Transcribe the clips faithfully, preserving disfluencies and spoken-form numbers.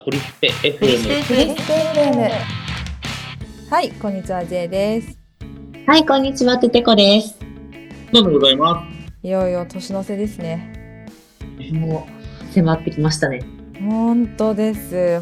フリスペ エフエム。 フリスペ エフエム。はい、こんにちは、J です。 はい、こんにちは、ててこです。 そうでございまいよいよ年の瀬ですね。 もう迫ってきましたね。 本当です、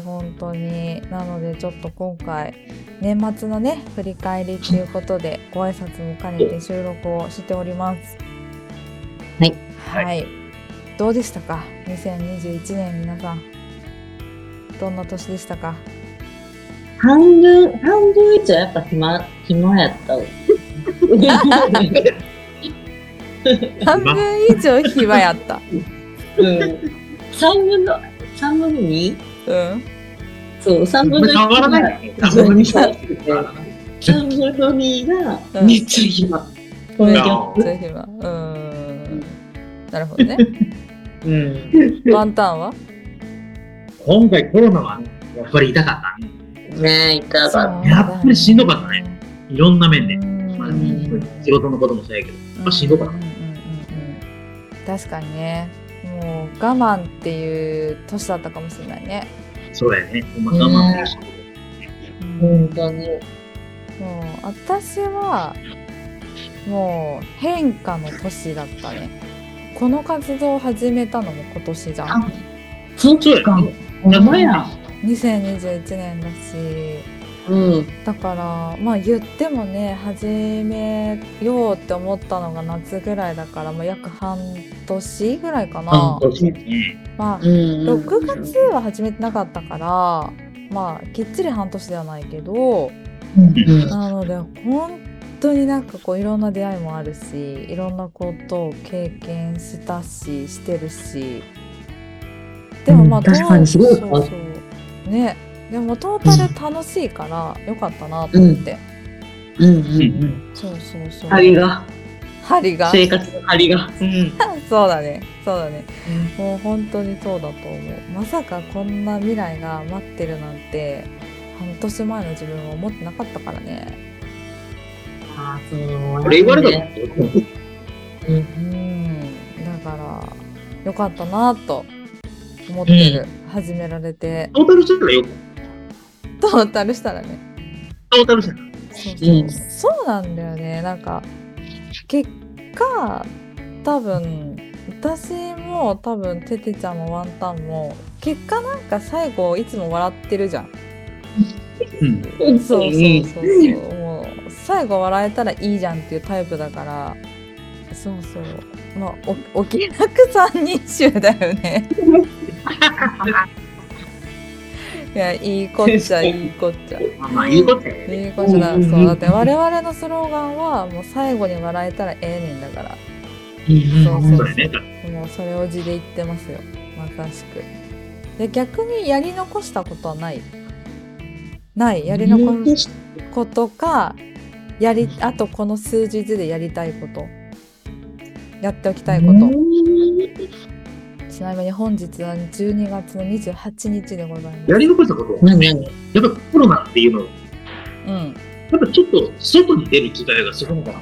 本当に。なのでちょっと今回年末のね振り返りということでご挨拶も兼ねて収録をしております。 はいはい、 はいどうでしたかにせんにじゅういちねん、皆さんどんな年でしたか？ 半分、半分以上やっぱ暇、暇やったわ。 半分以上暇やったうん。三分の、三分の二うんそう、三す。 分の一変わらないね。 三分の二変わらない三分の二がうんめっちゃ暇。このギャップ。 めっちゃ暇。うーんなるほどね。 うん。 ワンタンは今回コロナはね、やっぱり痛かったね。 ねえ、いただ。 やっぱりしんどかったね。いろんな面で。 うんまあうん仕事のこともそうやけど、やっぱしんどかった。 うんうんうんうん確かにね、もう我慢っていう年だったかもしれないね。 そうやね。ほんま我慢できた。 本当に。 もう私はもう変化の年だったね。この活動を始めたのも今年じゃん。 あそっか。ほんまや。 にせんにじゅういちねんだし、 うん。 だからまあ言ってもね始めようって思ったのが夏ぐらいだから、まあ、約半年ぐらいかな。 半年ね。 まあうん。 ろくがつは始めてなかったからまあきっちり半年ではないけど、 うん。 なので本当になんかこういろんな出会いもあるし、いろんなことを経験したししてるし、でもまあ、 うん確かにすごいそうそうね、でもトータル楽しいからよかったなと思って、 うんうんうん。 そうそうそう針が、 針が生活の針が。うん。 そうだねそうだねもう本当にそうだと思う。まさかこんな未来が待ってるなんて半年前の自分は思ってなかったからね。 ああ、そう。 これ言われたのうん。 うんだからよかったなと思ってる、始められてトータルしたらよく。 トータルしたらねトータルしたら。 そうそう、 うんそうなんだよね。なんか結果多分私も多分テテちゃんもワンタンも結果なんか最後いつも笑ってるじゃん。 うん。 そうそうそうそうもう最後笑えたらいいじゃんっていうタイプだから、そうそうまあおお気楽三人衆だよね。いやいいこっちゃいいこっちゃまあまあ、いいことやね。 いいことだ。そうだって我々のスローガンはもう最後に笑えたらええねんだから、そうそうそうやね。 もうそれを字で言ってますよ、まさしく。で逆にやり残したことはないないやり残すことか、やりあとこの数日でやりたいこと、やっておきたいこと。ちなみに本日はじゅうにがつのにじゅうはちにちでございます。 やり残したことは、 何何やっぱコロナっていうの、やうんっぱちょっと外に出る機会がすごいのかな。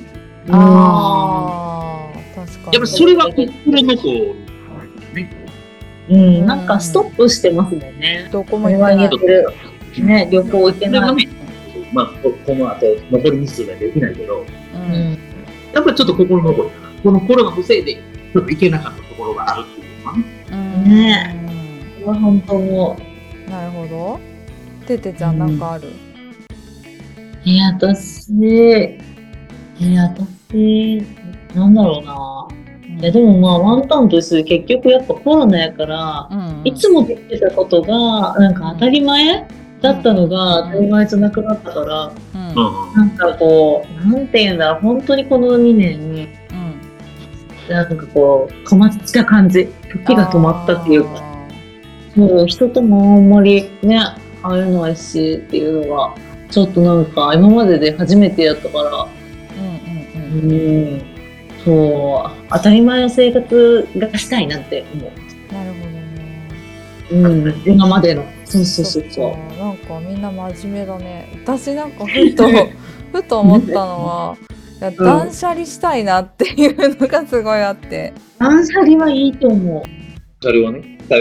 あー確かにやっぱそれは心の子ね。 うん、なんかストップしてますもんね。 どここれはも行ってない言ってる。ね、旅行行ってない。 それはね、まあ、ここの後、残り日数ができないけど、 ううんん。 やっぱりちょっと心残りかな。このコロナのせいで、ちょっと行けなかったところがあるっていうのかな。 うんねこれは本当もなるほど。ててちゃんなんかある？ う。え、私、え、私、なんだろうな。いや、でもまあ、ワンタンと一緒で結局やっぱコロナやから、 うんいつもできてたことが、なんか当たり前だったのが当たり前じゃなくなったから、 うんうんうん。 なんかこう、なんていうんだろう、本当にこのにねん、なんかこう、止まった感じ。時が止まったっていうか、もう人ともあんまりね、会えないしっていうのが、ちょっとなんか今までで初めてやったから、 うんうんううんん、そう、当たり前の生活がしたいなって思なるほどね。 う。うん、今までの。そうそうそうそそっかなんかみんな真面目だね。私なんかふとふと思ったのは、いや断捨離したいなっていうのがすごいあって、 う。断捨離はいいと思う。 それはね、だよ。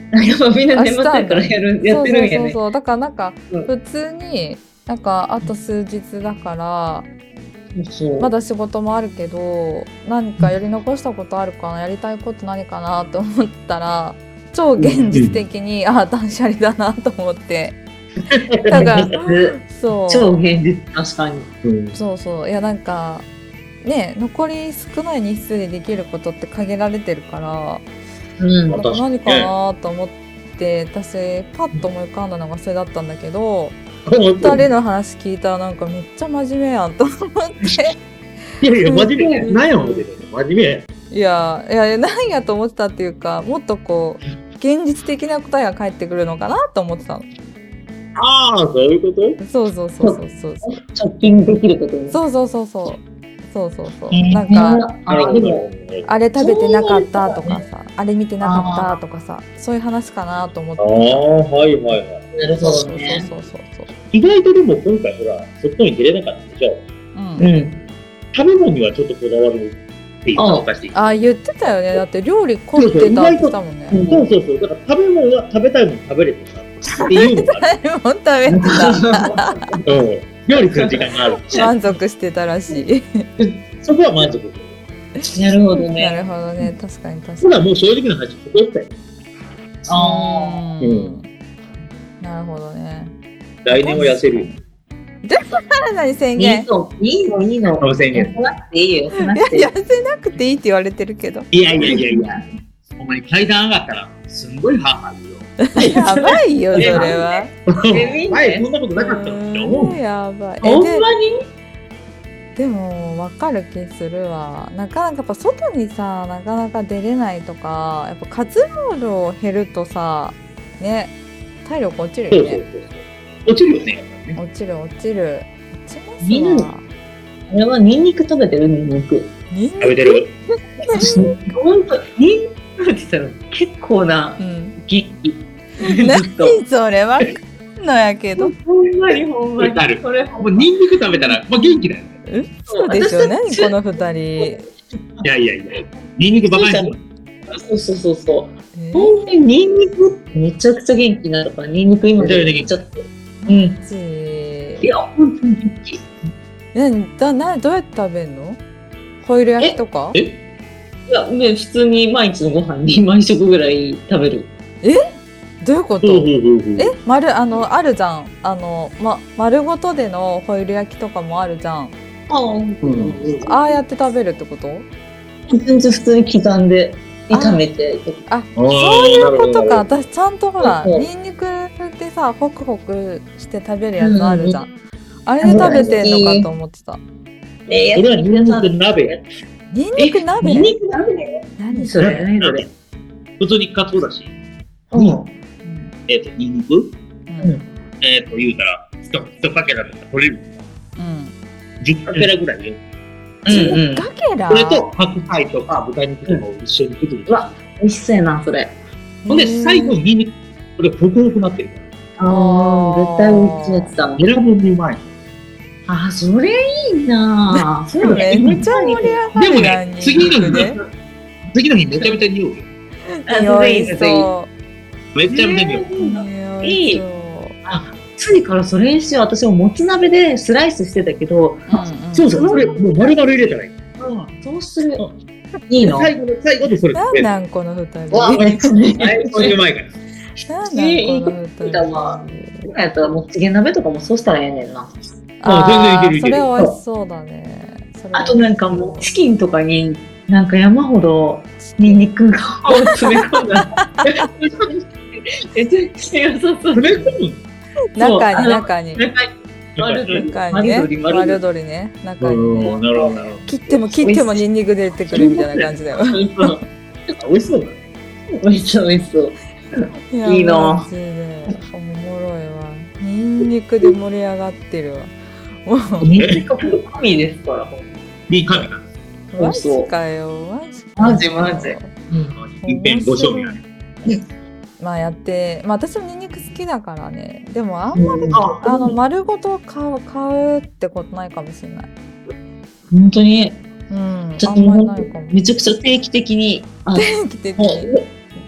やっぱみんな年末やからやるやってるんやね。 そうそうそうそう。だからなんかうん普通になんかあと数日だからそうまだ仕事もあるけど何かやり残したことあるかな、やりたいこと何かなと思ったら超現実的に、ああ断捨離だなと思って。だからそう超現実、確かに。 うんそうそういやなんかね残り少ない日数でできることって限られてるからうんなんか何かなと思って私パッと思い浮かんだのがそれだったんだけどふたりの話聞いたらなんかめっちゃ真面目やんと思っていやいや、真面目。なんや思ってたの真面目や。 いやいや何やと思ってたっていうかもっとこう現実的な答えが返ってくるのかなと思ってたの。 ああ、そういうこと？ そうそうそうそうそうそう直近できることに。 そうそうそうそうそうそうそうえーなんかあでもあれ食べてなかったとかさあれ見てなかったとかさそういう話かなと思ってああ、はいはいはい。 なるほそうそうどね。 そうそうそう意外とでも今回ほら、外に出れなかったでしょ。 うんうん。 食べ物にはちょっとこだわるっていうのがおかしい。 あ言ってたよねだって料理凝ってたって言ったもんねうんそうそうそう。だから食べ物は食べたいもの食べれてさ。っていうのがある。 もう食べてたうん。料理する時間がある。 満足してたらしいそこは満足。 なるほどなね。 るほどね確かに確かにほら、もう正直な話、そこしたよ。 あうんなるほどね来年は痩せるよ。 何宣いい言の、いいの、いいの。 この宣言。 痩せなくていいよ、痩せなくていい。 いや痩せなくていいって言われてるけどいやいやいやいや。ほんまに階段上がったら、すんごいハーハー言うよ。 やばいよそれは前こんなことなかったのって思うんう。 やばいほんまえにででも分かる気するわなかなかやっぱ外にさなかなか出れないとかやっぱ活動量減るとさね体力落ちるそうそうよねそう。落ちるよね、やっぱりね。 落ちる落ちる落ちますみんなわあれはニンニク食べてるニンニク。 ニン食べてる。 ほんと、ニンニク食べてたら結構なうん元気。 何ずっと。 それ分かんのやけどほんまにほんまに。 わかるそれもうニンニク食べたら、まあ、元気だよね。 嘘でしょ私何この二人いやいやいや。ニンニクバカにする。 そうそうそうそう。 えほんとにニンニクめちゃくちゃ元気になるから、ニンニク今めちゃくちゃ元気ちょっと。うん。 マジいや、ほんとに元気。 何だなどうやって食べんのホイル焼きとかえいや、ね、普通に毎日のご飯に毎食ぐらい食べる。 どういうことそうそうそうそう。 え丸あのあるじゃんあの、ま、丸ごとでのホイル焼きとかもあるじゃんああ、 うんああやって食べるってこと全然普通に刻んで炒めて。 あそういうことかなるほど私ちゃんとほらそうそうニンニクってさホクホクして食べるやつあるじゃん、あれで食べてんのかと思ってたえそれはニンニク鍋。 ニンニク鍋ニンニク鍋何それ何それ。 普通にカツオだし、 うん。 うんえっと、ニンニクうんえっと、言うたら、一一かけらだったら取れる。 うんじゅっかけらぐらいで。 うんうん。 かけらそれと、白菜とか豚肉とかを一緒に作る。 うわ、美味しそうやな、それ。 ほんで、最後にニンニク、これ、ホクホクなってるから。 ああ、絶対美味しいやつだもん。 選ぶんでうまい。 ああ、それいいなぁ。そうめっちゃ盛り上がでもるやんね、次の日ニンニクで、 次の日めちゃめちゃ匂うよ。 匂いそめちゃめちゃ匂う。 う匂いいそう次からそれにしよう。私ももつ鍋でスライスしてたけど、 うんうんそうそう、それ、もう丸々入れたらいい。 うん、どうするいいの最後の最後でそれなんなんこの二人わあ、めっちゃね。 はい、そういう前から。 なんなんこの二いいだわやったらもうチゲ鍋とかもそうしたらええねんな。 あ全然いけるいけるそれ美味しそうだねそれあとなんかもうチキンとかになんか山ほどニンニクを詰め込んだ。めちゃくちゃ良さそう。 詰め込む中に中に中に丸鶏中にね丸鶏丸丸鶏鶏ね中にうん、 ねなるほど、なるほ切っても切ってもニンニク出てくるみたいな感じだよど。美味しそうだね。 美味しそう美味しそう。 やいいなマジでおもろいわニンニクで盛り上がってるわもうニンニク神ですから。 いい神だ。 マジかよマジかマジマジ。 一遍ご賞味ある。 まあやってまあ私もニンニク好きだからねでもあんまりああの丸ごと買う買うってことないかもしれない本当にうんちょあんまりっともうないかもめちゃくちゃ定期的にあ定期的もにう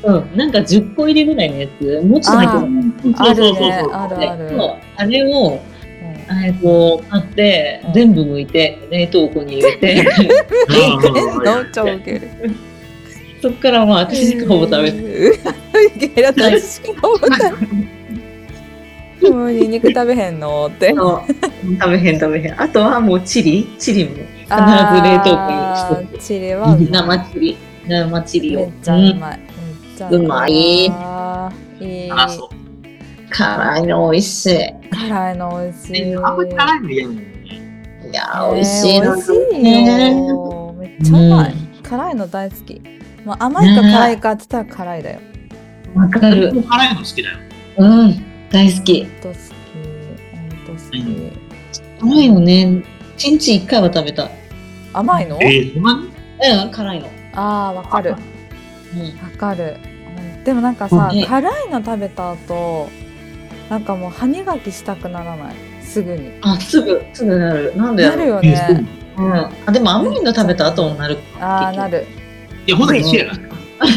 うん、なんかじゅっこ入りぐらいのやつ、もうちょっと入ってる。 あるねそうそうそうあるある、 そうあれを、 うんえっと、買って、 うん全部剥いて、冷凍庫に入れて、 の超ウケる。 そっからまあ、私しかほぼ食べて。 ウケる私しかほぼ食べてもうニンニク食べへんのって。 そう食べへん食べへん。あとはもうチリチリも必ず冷凍庫あーにしとく。 チリはうまい生チリ。生チリを。 めっちゃうまい。めっちゃうまいあーいい。 辛そう。 辛いの美味しい。 辛いの美味しい。 えあんまり辛いの嫌なのに。 いやー、美味しいのね美味しいよ。めっちゃうまい。辛いの大好き。まあ、甘いか辛いかって言ったら辛いだよ。 わかる。 僕も辛いの好きだよ。 うん、大好き。 ほんと好き。ほんと好き。 うん辛いのね、一日一回は食べたい。 甘いの？ えー、そんなにうん、辛いの。 ああ、わかる。わうん。 かる。うんでもなんかさ、 ね辛いの食べた後、なんかもう歯磨きしたくならない。すぐに。 あ、すぐ、すぐなる。なんでやろう。 なるよえーそうね。 うん。あ、でも甘いの食べた後になる。 ああ、なる。 いや、ほんと一緒やから。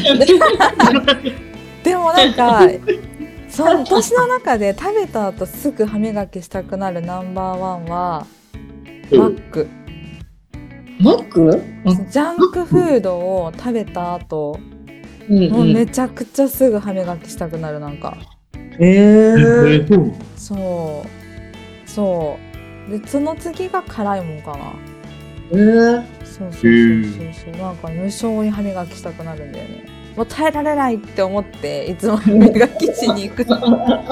でもなんか、その私の中で食べた後すぐ歯磨きしたくなるナンバーワンは、マック。 マック？ ジャンクフードを食べた後、 うんもうめちゃくちゃすぐ歯磨きしたくなる、なんか。 ええー。 ー、そうなのそう。そう。で、その次が辛いもんかな。 えー。 そうそうそうそうそう。なんか無性に歯磨きしたくなるんだよね。もう耐えられないって思っていつも歯磨きしに行くの。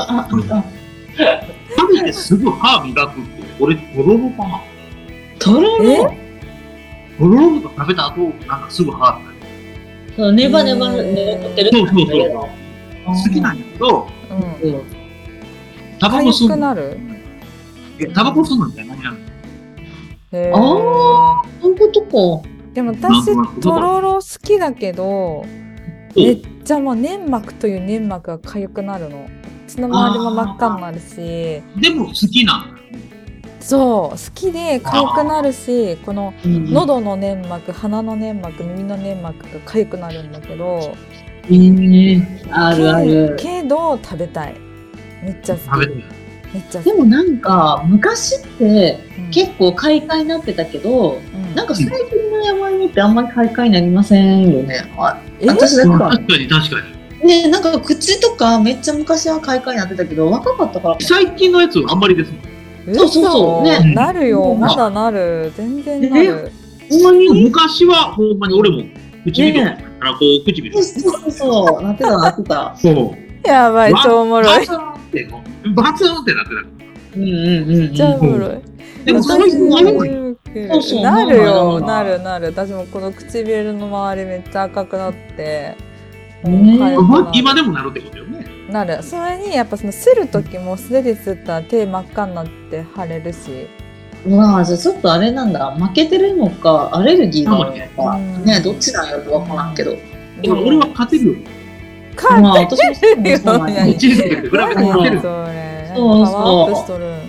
食べてすぐ歯磨くって、俺、とろろかな。 とろろ。 とろろと食べた後、なんかすぐ歯磨く。 そうネバネバへー残ってる。 そうそうそう。好きなんやけど、 うん。 うん。 タバコ吸う。 痒くなる？ えタバコ吸うなんて何やんのへーあそういうことか。 でもなんとな私くとろろ好きだけど、めっちゃもう粘膜という粘膜が痒くなるの。口の周りも真っ赤になるし、 でも好きなんだ。 そう好きで痒くなるし、このうん喉の粘膜、鼻の粘膜、耳の粘膜が痒くなるんだけど、 えーあるある。 けど食べたい。めっちゃ好き。 食べてみめっちゃ好き。 でもなんか昔ってうん結構快快になってたけど、 うんなんか最近の山芋ってあんまり快快になりませんよね。あえ私だか確かに確かに。 ね、なんか口とかめっちゃ昔は快快になってたけど若かったから。 最近のやつはあんまりですもん。 そうそうそうね嘘なるよ、 うんまだなる、全然なる。 ほんまに昔はほんまに俺も唇ねからこう唇。 そうそうそうなってたなってた。 そう。 やばい、超おもろい。 バツンってこう、バツンってなってうんうんうんうん。 超おもろい。 た。でも最近はよくそうそうなるよ、 なるなるなる。私もこの唇の周りめっちゃ赤くなって、 ねもう痒くなる今でもなるってことよね。 なる。それにやっぱそのする時も素手ですったら手真っ赤になって腫れるし。 うわあじゃあちょっとあれなんだ負けてるのかアレルギーがあるのかうんねどっちなんやろわからんけど。 いや、俺は勝てるよ。 勝まあ私もそうてるよ。 そうなんや何チーズって比べて勝てる何よ。 それ。 そうそうパワーアップしとる。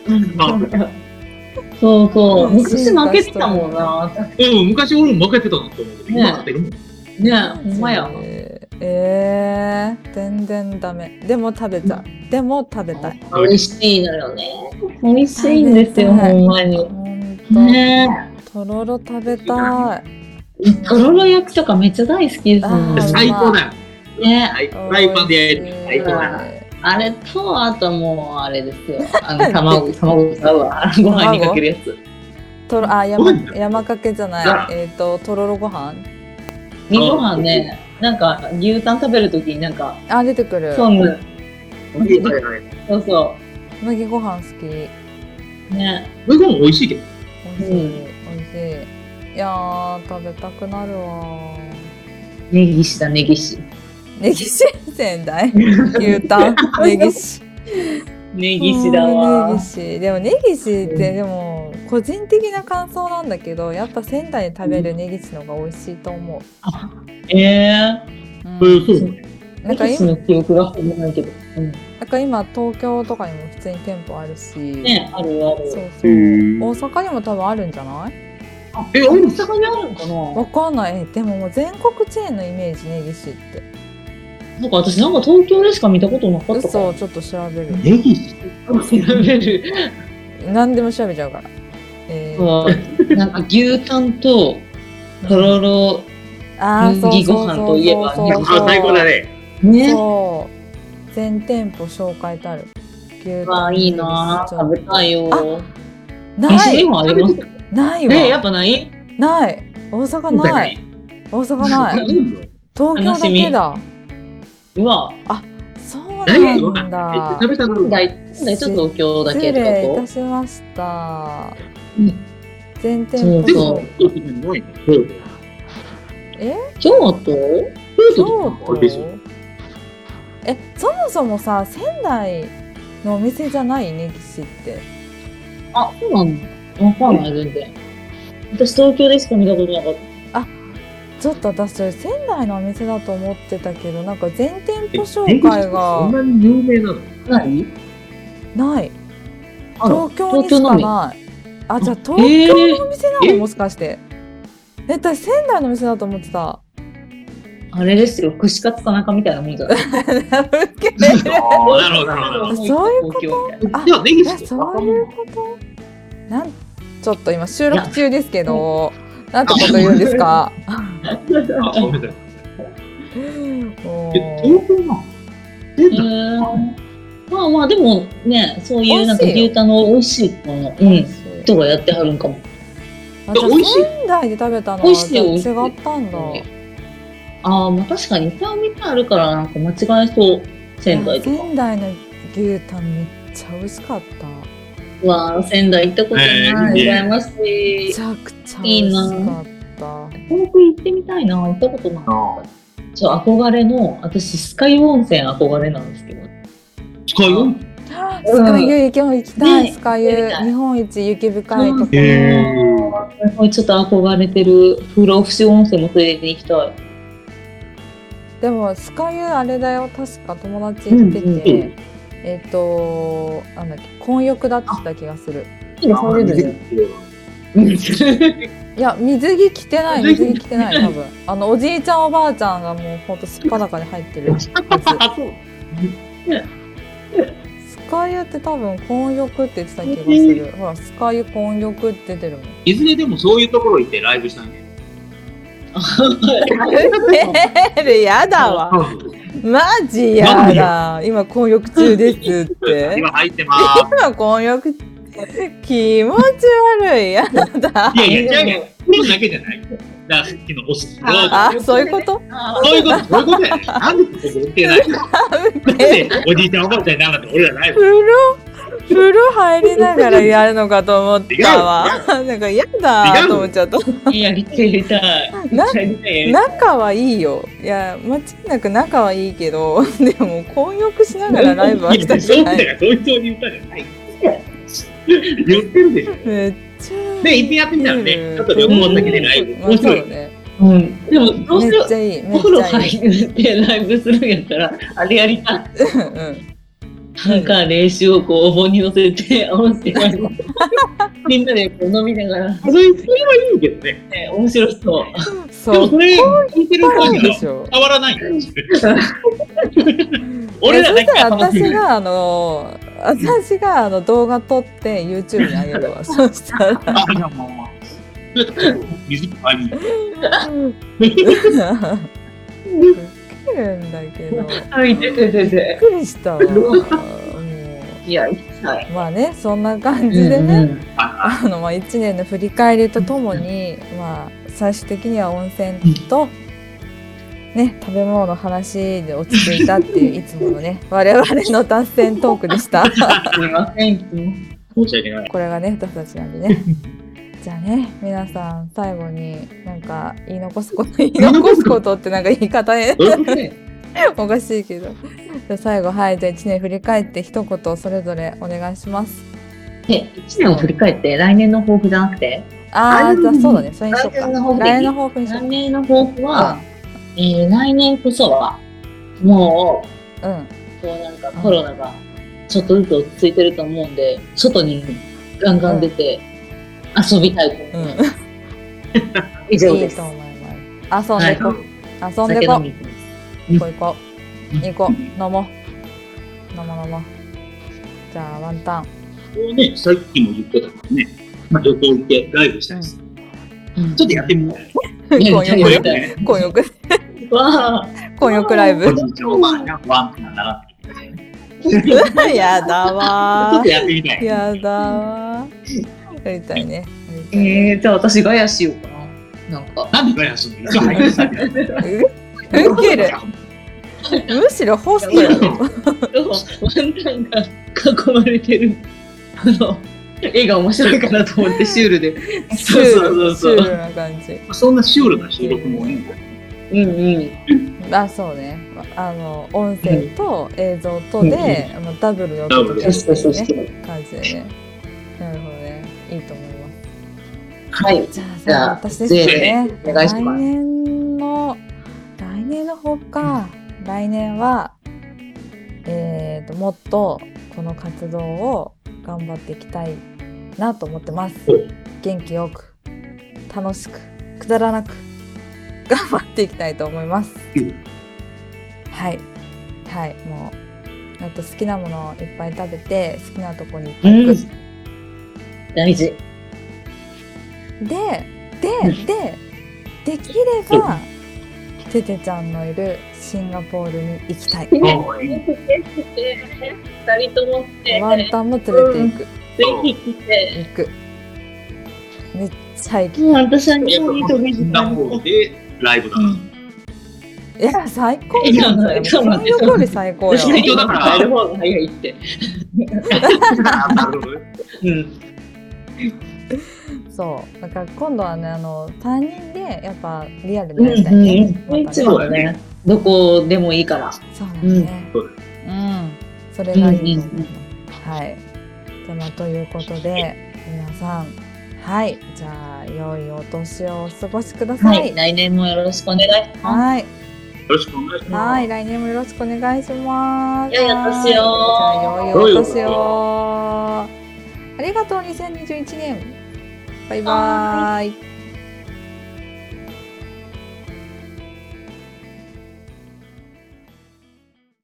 そうそううん昔負けてたもんな。 うん、昔俺も負けてたなって思うけど、今勝てるもん。 ねほんまや。 えー、全然ダメ。でも食べちゃう。でも食べたい。 美味しいのよね。美味しいんですよ食べたいほんまに。 ほんと。 ねとろろ食べたとろろ焼きとかめっちゃ大好きですもんあー最高だよ。 ね。 はいい。 フライパンで焼いて最高だな。 あれとあともうあれですよ。あの卵卵使うわ。ご飯にかけるやつ。 とろあ山ご飯山かけじゃない。えっ、ととろろご飯。 煮ご飯ね。なんか牛タン食べるときになんかあ出てくる。 そうはいはいはい。 そうそ麦ご飯好き。 うね。 これも美味しいけど。 美味しい、 うん美味しい。いやー食べたくなるわ。 ネギシだネギシ。 ネギシ仙台牛タンネギシ。 ネギシだうんネわギ。シでもネギシってでも個人的な感想なんだけどやっぱ仙台で食べるネギシの方が美味しいと思う。 ええうんえー、そう。 ネギシなんか今の記憶がほんまないけど。うんなんか今東京とかにも普通に店舗あるし、 ねあるある。 そうそうへー大阪にも多分あるんじゃない？ え、 大俺も阪にあるんかな。 わかんない。でももう全国チェーンのイメージネギシって。 なんか私なんか東京でしか見たことなかったか嘘、ちょっと調べる。 ネギシら。調べる。 何でも調べちゃうから。えー、 そうなんか牛タンととろろあー、そう麦ごそうそう飯といえばそうそうあ、最高だね。 ね。 そう。全店舗紹介ってある。牛わあ、いいなぁ。食べたいよ。 ないえ、今ありますないわ。 え、やっぱないない。大阪ない。大阪ない。東京だけだ。 うわ。 そう何なんだ。 食べたの仙台、仙台と東京だけ失ってこ礼いたしました。 うん全店舗でもそう、 紹介。 ないのえと京都京あれですよ都え、そもそもさ、仙台のお店じゃないねぎしって。 あ、そうなんだ。わかんない、全然。私東京でしか見たことなかった。 ちょっと私、仙台のお店だと思ってたけど、なんか全店舗紹ネギシ介そんがなに有名なの？ ないない。 あら東京にしかない。あ、じゃあ東え京ーのお店なの、もしかして。え、私仙台のお店だと思ってた。 あれですよ、串カツ田中みたいなもんじゃないウケるあーなるほどなるほどなるほそういうこと東京みたいなあど。じゃあネギえ、 シそういうことなんちょっと今収録中ですけど、なんてこと言うんですか。 あ、ごめんなさい。 もえ、 う東京なの？ へーまあまあ、でもね、そういうなんか美味しいよ牛タンの美味しいもの、うん、人がやってはるんかも。 あ、じゃあ美味しい仙台で食べたのは美味しいよじゃあ違ったんだ。 ああ、まあ確かに、いっぱいお店あるから、なんか間違えそう、仙台とか。 仙台の牛タンめっちゃ美味しかった。 うわあ、仙台行ったことない。 えーいいね羨ましい。 めちゃくちゃ美味しかった。 東北行ってみたいな、行ったことない。 あちょ、憧れの、私、スカイ温泉憧れなんですけど。 使うよ。 スカイユ雪も行きたい、 ねスカイユ行ってみたい日本一雪深いところ、 へーちょっと憧れてる不老不死温泉も連れて行きたい。 でもスカイユあれだよ、確か友達行ってて、 うんうんえっ、となんだっけ、混浴だって言った気がする。 いいね、それでね。 いや、水着着てない、水着着てない、多分。あの、おじいちゃんおばあちゃんがもうほんとすっぱだかに入ってるやつ。 あ、そう。 スカイユって多分混浴って言ってた気がする。ほら、スカイユ混浴って出てるもん。 いずれでもそういうところ行ってライブしたいね。 メールやだわ。マジやだ。今混浴中ですって。 今入ってま今混浴気持ち悪い。やだ。 す。いやいや、違う違う。これだけじゃない。だからさっきのお好きあ、そういうことそういうこと、そういうことやね。なんでここ受けないの？なんでおじいちゃんおばあちゃんにならって俺らライブ。 風呂風呂入りながらやるのかと思ったわ。なんかやだと思っちゃった。 いや、りたい、やりたい。 なやりたい。 仲はいいよ。いや、間違いなく仲はいいけど、でも混浴しながらライブはしたくそうだない。 からそういう人に言ったじゃない。言ってるでしょ。 めっちゃ。 で、一遍やってみたらね、ちょっと旅行先でライブ。 まあ面白い。 そうね。 うん。でも、どうせめっちゃいい。めお風呂っちゃいい。 入ってライブするんやったら、あれやりたい。 うんなんか練習をこう、お盆に乗せて、合わせてやる。みんなでこう飲みながら、 それ、それはいいけどね。 ね、面白そう。 そう。 でもそれ、聞いてる感じはでしょ。 変わらないよ。 俺俺らだけらそしたらが楽しむ。 私があの私があの動画撮って YouTube に上げるわ。そしたら。 あ、じゃあまあまあ。ちょっと水いっぱいに。 ウケるんだけど。びっはい、出て出て。 くりしたわ。もいや、行きたい。 うまあね、そんな感じでね。 うんうんああのまあいちねんの振り返りとともに、まあ最終的には温泉と、ね、食べ物の話で落ち着いたっていういつものね、我々の脱線トークでした。 すみません、いつも。 申し訳ない。 これがね、私たちなんでね。じゃあね、皆さん最後になんか言い残すこと、言い残すことってなんか言い方ね、 どういうことね。 おかしいけど。じゃあ最後、はい、じゃあいちねん振り返って一言それぞれお願いします。 で、いちねんを振り返って、来年の抱負じゃなくて、 あー、じゃあそうだね、それにしようか。 来年の抱負来年の抱負にしよう来年の抱負は、えー、来年こそは、もう、 か。うん。 こうなんかコロナがちょっとずつ落ち着いてると思うんで、外にガンガン出て遊びたいとうん。 思います。以上です。 いいと思います。遊んでこ、遊んでこ、 酒飲みに行きますこう行こ行こう。飲もう。飲もう飲もう。じゃあ、ワンタン。 こうね、さっきも言ってたからね、まあ、旅行行ってライブしたりする。 うんちょっとやってみたい。 混浴やりね。 たい混浴。 わあ。 混浴ライブお。じいちゃんおばあちゃんワンって習ってやだちょわっとやってみたー。 い。 やだわー。やりたいね。やりたいねえー、じゃあ私ガヤしようかな。なんか。 なんでガヤするの？一応俳優さんじゃない。 ウケる。むしろホストやろ。 ワンタンが囲まれてる。あの、絵が面白いかなと思ってシュールで。 シュール、 そうそうそうシュールな感じ。 そんなシュールな収録もいいんだよ。 うんうん。 あ、そうね。あの音声と映像とで、あのダブルでお届けするそうそうそうね感じでね。なるほどね。いいと思います。 はい。 じゃあじゃあ私ですね。 お願いします来年の来年の方か。来年はえっともっとこの活動を頑張っていきたいなと思ってます。元気よく楽しくくだらなく頑張っていきたいと思います。 うんはいはいもうあと好きなものをいっぱい食べて好きなとこにいっぱい行く。 大事。 でででできればテテちゃんのいるシンガポールに行きたい。 ああ、いい。 二人ともって。 ワンタンも連れて行く。 ぜひ来て。 行く。めっちゃ行きもう私は日本に飛びシンガポールでライブだな。 いや最高じゃん。それもうちょっと待ってシンガポール最高よ。 最強だから帰る方が早いって。 なるほどね。 うん。 そうだから今度はねあのさんにんでやっぱリアルでやりたいね。またねいつもだね。どこでもいいから。 そうだね。 そううん。それがいいと思います。はい。じゃあまあということで皆さんはいじゃあ良いお年をお過ごしくださ。 はいい。来年もよろしくお願いします。 はい。 よろしくお願いします。 はい、来年もよろしくお願いします。 良いお年をじゃあ良いお年を。ありがとうにせんにじゅういちねん。バイバーイ。